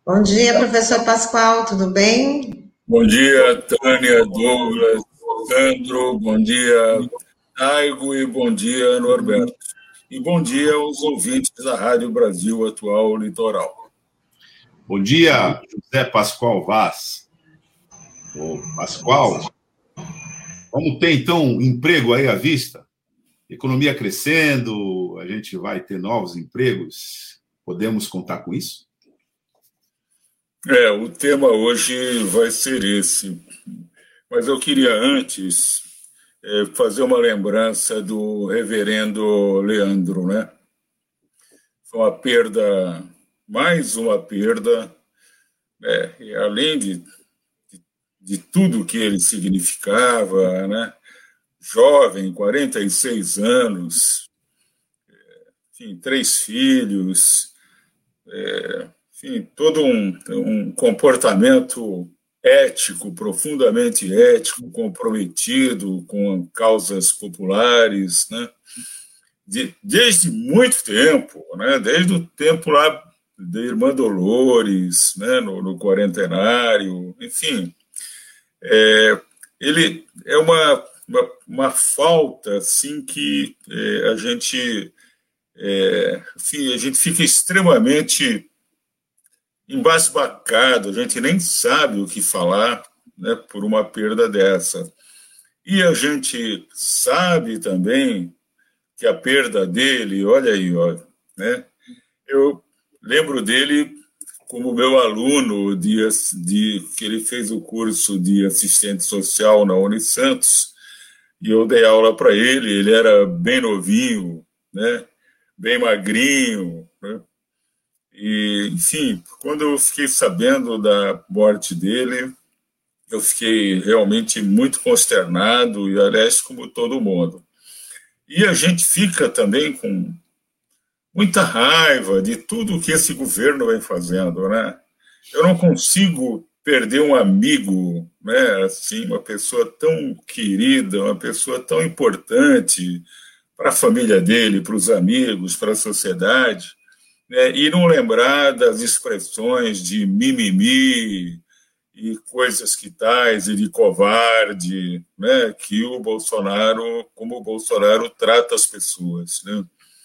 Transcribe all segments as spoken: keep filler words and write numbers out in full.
Bom dia, professor Pascoal, tudo bem? Bom dia, Tânia, Douglas, Sandro, bom dia, Taigo e bom dia, Norberto. E bom dia aos ouvintes da Rádio Brasil Atual Litoral. Bom dia, José Pascoal Vaz. Ô, Pascoal, vamos ter, então, emprego aí à vista? Economia crescendo, a gente vai ter novos empregos? Podemos contar com isso? É, o tema hoje vai ser esse. Mas eu queria antes é, fazer uma lembrança do reverendo Leandro, né? Foi uma perda, mais uma perda, né? E além de, de, de tudo que ele significava, né? Jovem, quarenta e seis anos, enfim, três filhos, é, enfim, todo um, um comportamento ético, profundamente ético, comprometido com causas populares, né? De, desde muito tempo, né? Desde o tempo lá da Irmã Dolores, né? no, no quarentenário, enfim. É, ele é uma, uma, uma falta assim, que é, a gente é, enfim, a gente fica extremamente embasbacado, a gente nem sabe o que falar, né, por uma perda dessa. E a gente sabe também que a perda dele, olha aí, ó, né, eu lembro dele como meu aluno de, de que ele fez o curso de assistente social na Unisantos, e eu dei aula para ele, ele era bem novinho, né, bem magrinho, né, e, enfim, quando eu fiquei sabendo da morte dele, eu fiquei realmente muito consternado, e aliás, como todo mundo. E a gente fica também com muita raiva de tudo que esse governo vem fazendo, né? Eu não consigo perder um amigo, né? Assim, uma pessoa tão querida, uma pessoa tão importante para a família dele, para os amigos, para a sociedade, né? E não lembrar das expressões de mimimi e coisas que tais, e de covarde, né? Que o Bolsonaro, como o Bolsonaro trata as pessoas, né?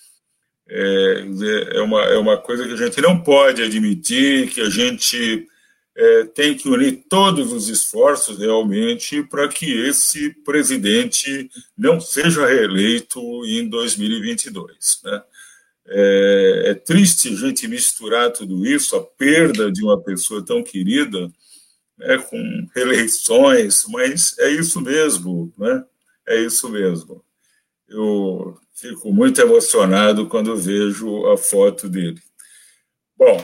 É, é, uma, é uma coisa que a gente não pode admitir, que a gente é, tem que unir todos os esforços realmente para que esse presidente não seja reeleito em dois mil e vinte e dois, né? É, é triste a gente misturar tudo isso, a perda de uma pessoa tão querida, né, com reeleições, mas é isso mesmo, né? É isso mesmo. Eu fico muito emocionado quando vejo a foto dele. Bom,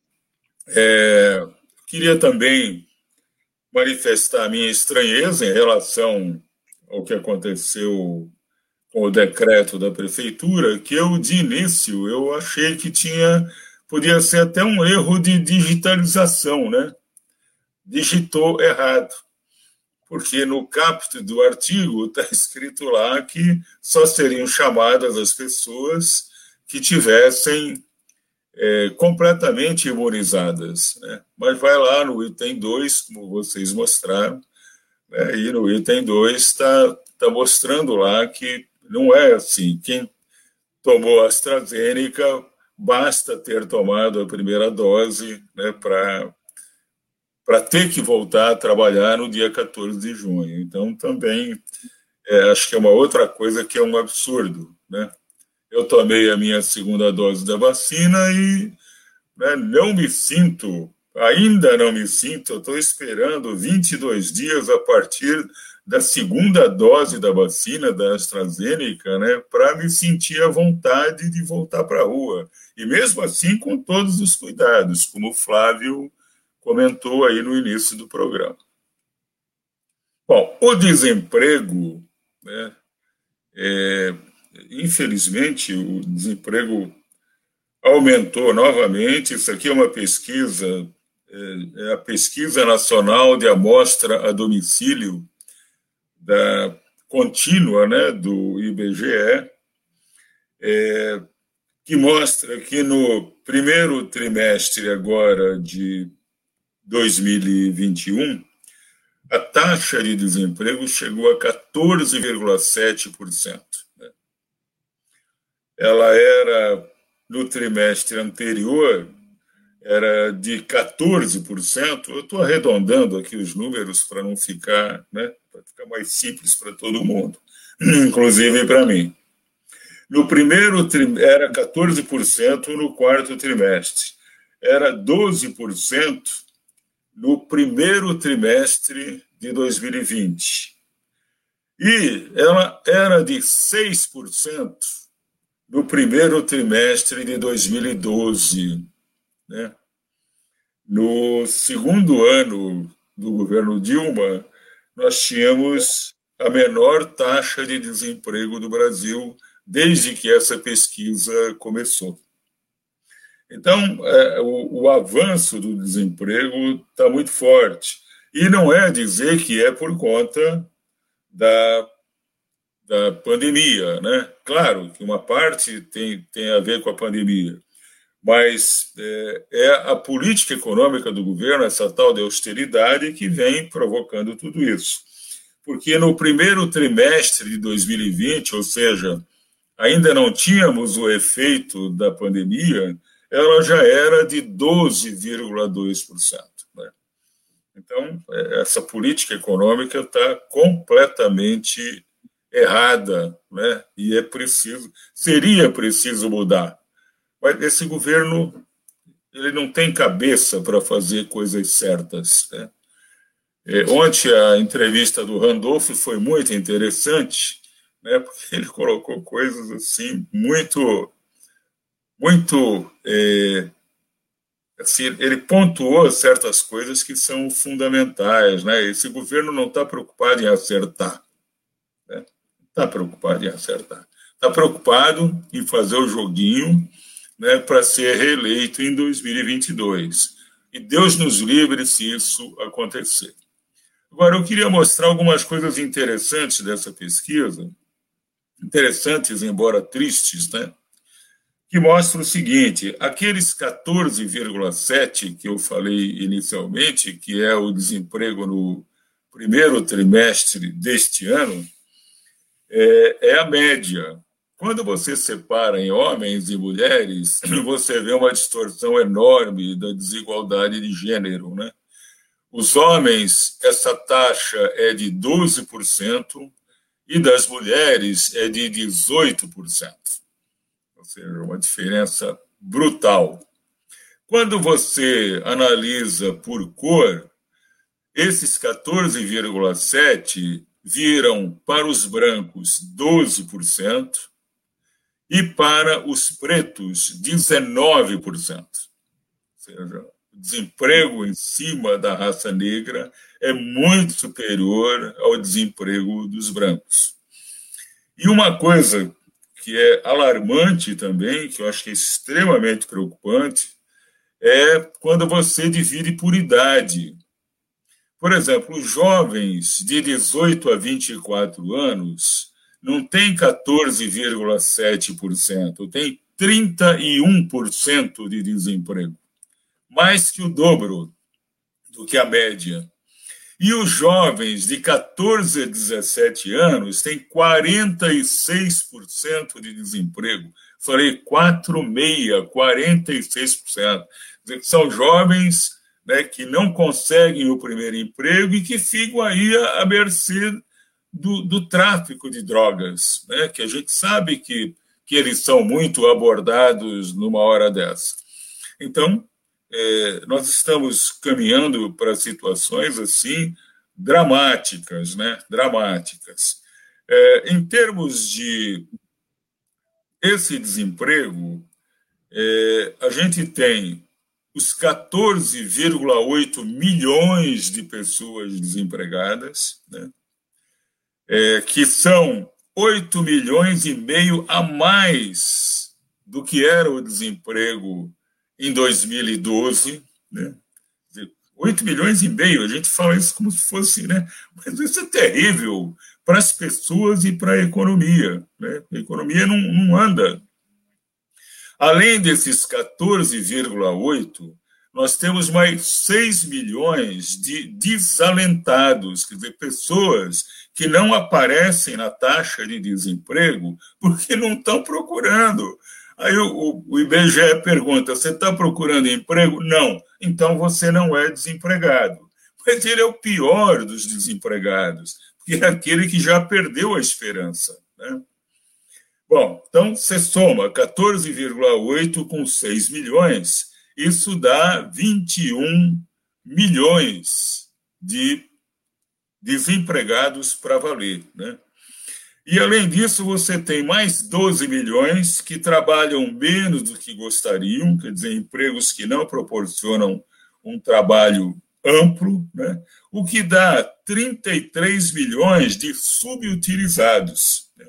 é, queria também manifestar a minha estranheza em relação ao que aconteceu com o decreto da prefeitura, que eu, de início, eu achei que tinha, podia ser até um erro de digitalização, né? Digitou errado, porque no caput do artigo está escrito lá que só seriam chamadas as pessoas que tivessem é, completamente imunizadas, né? Mas vai lá no item dois, como vocês mostraram, né? E no item dois está tá mostrando lá que não é assim. Quem tomou a AstraZeneca basta ter tomado a primeira dose, né, para para ter que voltar a trabalhar no dia quatorze de junho. Então, também é, acho que é uma outra coisa que é um absurdo, né? Eu tomei a minha segunda dose da vacina e, né, não me sinto, ainda não me sinto, eu estou esperando vinte e dois dias a partir da segunda dose da vacina da AstraZeneca, né, para me sentir à vontade de voltar para a rua. E mesmo assim, com todos os cuidados, como o Flávio comentou aí no início do programa. Bom, o desemprego, né, é, infelizmente, o desemprego aumentou novamente. Isso aqui é uma pesquisa, é a Pesquisa Nacional de Amostra a Domicílio da contínua, né, do I B G E. É, que mostra que no primeiro trimestre agora de dois mil e vinte e um, a taxa de desemprego chegou a quatorze vírgula sete por cento. Né? Ela era, no trimestre anterior, era de quatorze por cento. Eu estou arredondando aqui os números para não ficar, né, para ficar mais simples para todo mundo, inclusive para mim. No primeiro trimestre, era quatorze por cento no quarto trimestre, era doze por cento no primeiro trimestre de dois mil e vinte. E ela era de seis por cento no primeiro trimestre de dois mil e doze. Né? No segundo ano do governo Dilma, nós tínhamos a menor taxa de desemprego do Brasil desde que essa pesquisa começou. Então, é, o, o avanço do desemprego está muito forte. E não é dizer que é por conta da, da pandemia, né? Claro que uma parte tem, tem a ver com a pandemia, mas é, é a política econômica do governo, essa tal de austeridade, que vem provocando tudo isso. Porque no primeiro trimestre de dois mil e vinte, ou seja, ainda não tínhamos o efeito da pandemia, ela já era de doze vírgula dois por cento. Né? Então, essa política econômica está completamente errada, né? E é preciso, seria preciso mudar. Mas esse governo, ele não tem cabeça para fazer coisas certas. Né? É, ontem a entrevista do Randolph foi muito interessante, né? Porque ele colocou coisas assim muito... muito, é, assim, ele pontuou certas coisas que são fundamentais, né? Esse governo não está preocupado em acertar, né? Não está preocupado em acertar, está preocupado em fazer o joguinho, né, para ser reeleito em dois mil e vinte e dois. E Deus nos livre se isso acontecer. Agora, eu queria mostrar algumas coisas interessantes dessa pesquisa, interessantes, embora tristes, né? Que mostra o seguinte: aqueles quatorze vírgula sete que eu falei inicialmente, que é o desemprego no primeiro trimestre deste ano, é, é a média. Quando você separa em homens e mulheres, você vê uma distorção enorme da desigualdade de gênero, né? Os homens, essa taxa é de doze por cento e das mulheres é de dezoito por cento. Ou seja, uma diferença brutal. Quando você analisa por cor, esses quatorze vírgula sete viram para os brancos doze por cento e para os pretos dezenove por cento. Ou seja, o desemprego em cima da raça negra é muito superior ao desemprego dos brancos. E uma coisa que é alarmante também, que eu acho que é extremamente preocupante, é quando você divide por idade. Por exemplo, os jovens de dezoito a vinte e quatro anos não tem quatorze vírgula sete por cento, tem trinta e um por cento de desemprego, mais que o dobro do que a média. E os jovens de quatorze a dezessete anos têm quarenta e seis por cento de desemprego. Falei quatro vírgula seis, quarenta e seis por cento. Quer dizer, são jovens, né, que não conseguem o primeiro emprego e que ficam aí à mercê do, do tráfico de drogas, né, que a gente sabe que, que eles são muito abordados numa hora dessa. Então, É, nós estamos caminhando para situações assim dramáticas, né? Dramáticas. É, em termos de esse desemprego, é, a gente tem os quatorze vírgula oito milhões de pessoas desempregadas, né? É, que são oito milhões e meio a mais do que era o desemprego em dois mil e doze, né? oito milhões e meio, a gente fala isso como se fosse, né? Mas isso é terrível para as pessoas e para a economia, né? A economia não, não anda. Além desses quatorze vírgula oito, nós temos mais seis milhões de desalentados, quer dizer, pessoas que não aparecem na taxa de desemprego porque não estão procurando. Aí o, o I B G E pergunta, você está procurando emprego? Não. Então você não é desempregado. Mas ele é o pior dos desempregados, porque é aquele que já perdeu a esperança, né? Bom, então você soma quatorze vírgula oito com seis milhões, isso dá vinte e um milhões de desempregados para valer, né? E, além disso, você tem mais doze milhões que trabalham menos do que gostariam, quer dizer, empregos que não proporcionam um trabalho amplo, né? O que dá trinta e três milhões de subutilizados, né?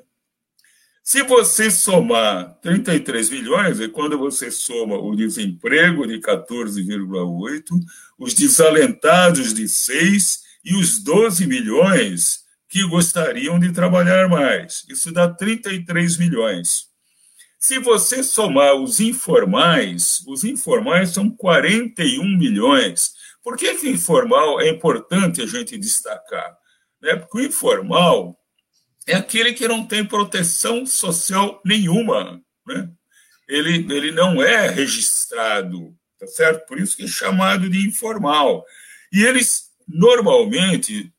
Se você somar trinta e três milhões, é quando você soma o desemprego de quatorze vírgula oito, os desalentados de seis e os doze milhões que gostariam de trabalhar mais. Isso dá trinta e três milhões. Se você somar os informais, os informais são quarenta e um milhões. Por que que o informal é importante a gente destacar? Né? Porque o informal é aquele que não tem proteção social nenhuma, né? Ele, ele não é registrado, tá certo? Por isso que é chamado de informal. E eles, normalmente,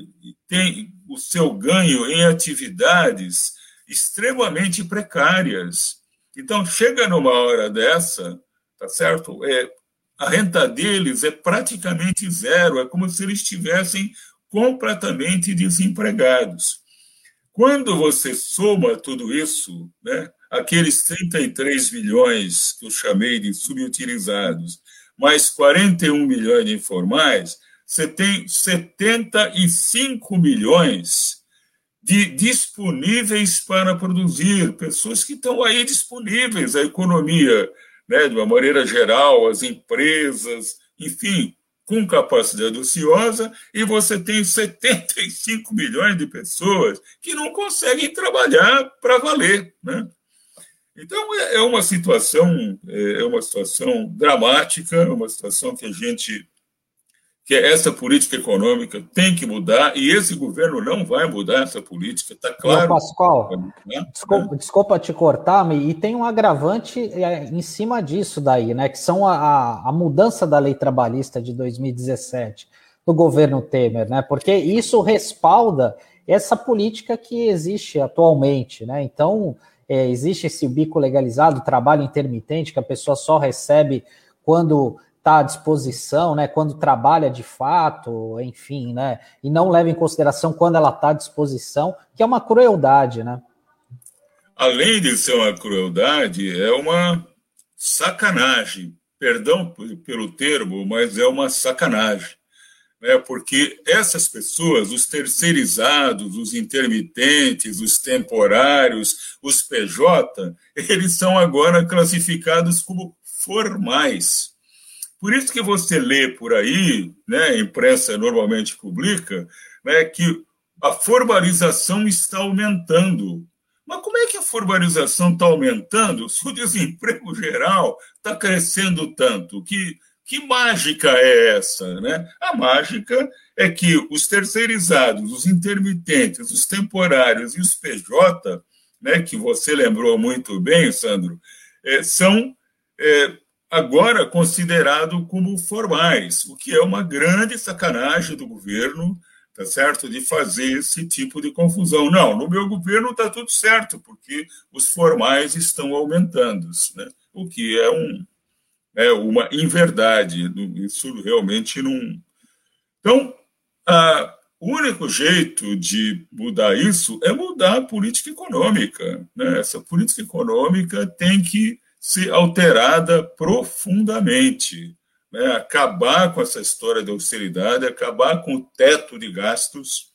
têm o seu ganho em atividades extremamente precárias. Então, chega numa hora dessa, tá certo? É, a renda deles é praticamente zero, é como se eles estivessem completamente desempregados. Quando você soma tudo isso, né, aqueles trinta e três milhões que eu chamei de subutilizados, mais quarenta e um milhões de informais, você tem setenta e cinco milhões de disponíveis para produzir, pessoas que estão aí disponíveis, a economia, né, de uma maneira geral, as empresas, enfim, com capacidade ociosa, e você tem setenta e cinco milhões de pessoas que não conseguem trabalhar para valer, né? Então, é uma situação, é uma situação dramática, é uma situação que a gente, que essa política econômica tem que mudar, e esse governo não vai mudar essa política, está claro. Não, Pascoal, né? desculpa, desculpa te cortar, e tem um agravante em cima disso daí, né, que são a, a mudança da lei trabalhista de dois mil e dezessete, do governo Temer, né, porque isso respalda essa política que existe atualmente, né, então é, existe esse bico legalizado, trabalho intermitente, que a pessoa só recebe quando está à disposição, né, quando trabalha de fato, enfim, né, e não leva em consideração quando ela está à disposição, que é uma crueldade, né? Além de ser uma crueldade, é uma sacanagem, perdão pelo termo, mas é uma sacanagem, né, porque essas pessoas, os terceirizados, os intermitentes, os temporários, os P J, eles são agora classificados como formais. Por isso que você lê por aí, né, a imprensa normalmente publica, né, que a formalização está aumentando. Mas como é que a formalização está aumentando se o desemprego geral está crescendo tanto? Que, que mágica é essa, né? A mágica é que os terceirizados, os intermitentes, os temporários e os P J, né, que você lembrou muito bem, Sandro, é, são... É, agora considerado como formais, o que é uma grande sacanagem do governo, tá certo, de fazer esse tipo de confusão. Não, no meu governo está tudo certo, porque os formais estão aumentando, né? O que é, um, é uma inverdade, isso realmente não... Então, a, o único jeito de mudar isso é mudar a política econômica, né? Essa política econômica tem que ser alterada profundamente, né? Acabar com essa história de austeridade, acabar com o teto de gastos,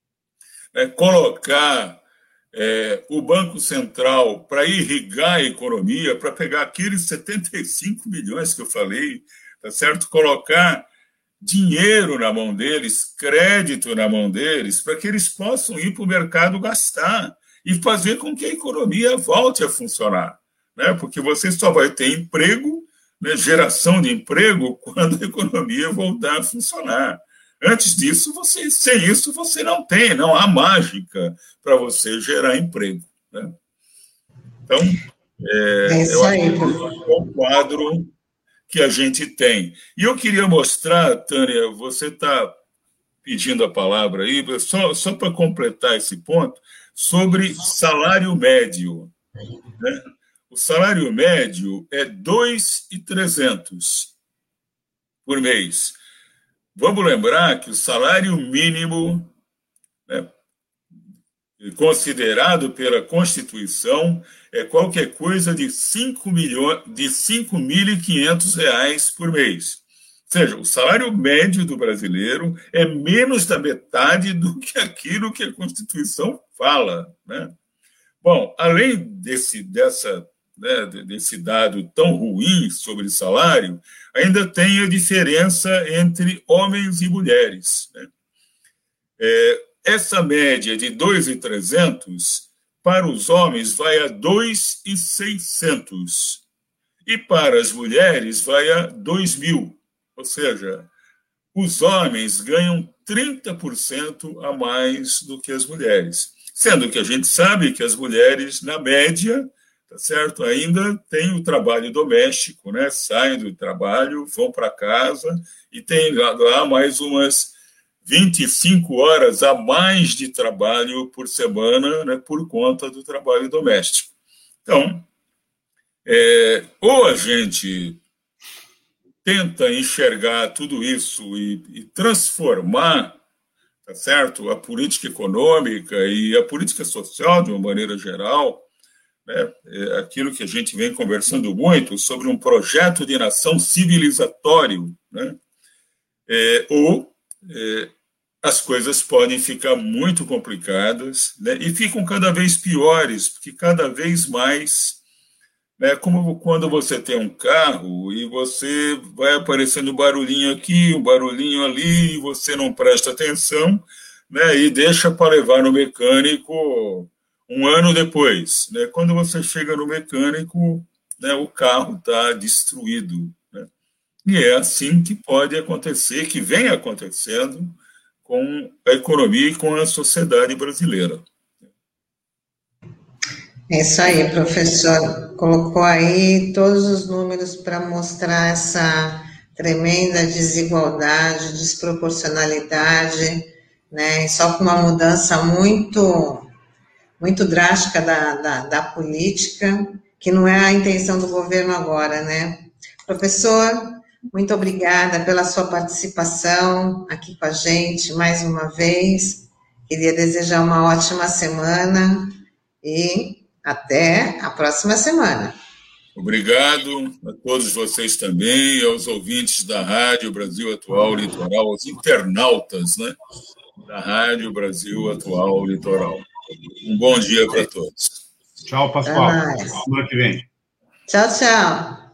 né? Colocar é, o Banco Central para irrigar a economia, para pegar aqueles setenta e cinco milhões que eu falei, tá certo? Colocar dinheiro na mão deles, crédito na mão deles, para que eles possam ir para o mercado gastar e fazer com que a economia volte a funcionar. né? Porque você só vai ter emprego, né, geração de emprego, quando a economia voltar a funcionar. Antes disso, você, sem isso, você não tem, não há mágica para você gerar emprego, né? Então, é, é isso eu aí, acho que é o quadro que a gente tem. E eu queria mostrar, Tânia, você está pedindo a palavra aí, só, só para completar esse ponto, sobre salário médio, né? O salário médio é dois mil e trezentos por mês. Vamos lembrar que o salário mínimo, né, considerado pela Constituição, é qualquer coisa de cinco milhões, de cinco mil e quinhentos reais por mês. Ou seja, o salário médio do brasileiro é menos da metade do que aquilo que a Constituição fala, né? Bom, além desse, dessa, né, desse dado tão ruim sobre salário, ainda tem a diferença entre homens e mulheres, né? É, essa média de dois mil e trezentos, para os homens, vai a dois mil e seiscentos. E para as mulheres, vai a dois mil. Ou seja, os homens ganham trinta por cento a mais do que as mulheres. Sendo que a gente sabe que as mulheres, na média, tá certo, ainda têm o trabalho doméstico, né? Saem do trabalho, vão para casa e tem lá, lá mais umas vinte e cinco horas a mais de trabalho por semana, né, por conta do trabalho doméstico. Então, é, ou a gente tenta enxergar tudo isso e, e transformar, tá certo, a política econômica e a política social, de uma maneira geral, né, é aquilo que a gente vem conversando muito sobre um projeto de nação civilizatório, né, é, ou é, as coisas podem ficar muito complicadas, né, e ficam cada vez piores, porque cada vez mais, né, como quando você tem um carro e você vai aparecendo um barulhinho aqui, um barulhinho ali, e você não presta atenção, né, e deixa para levar no mecânico um ano depois, né? Quando você chega no mecânico, né, o carro está destruído, né? E é assim que pode acontecer, que vem acontecendo com a economia e com a sociedade brasileira. É isso aí, professor. Colocou aí todos os números para mostrar essa tremenda desigualdade, desproporcionalidade, né? E só com uma mudança muito, muito drástica da, da, da política, que não é a intenção do governo agora, né? Professor, muito obrigada pela sua participação aqui com a gente mais uma vez. Queria desejar uma ótima semana e até a próxima semana. Obrigado a todos vocês também, aos ouvintes da Rádio Brasil Atual Litoral, aos internautas, né, da Rádio Brasil Atual Litoral. Um bom dia para todos. Tchau, Pascoal. Até semana que vem. Tchau, tchau.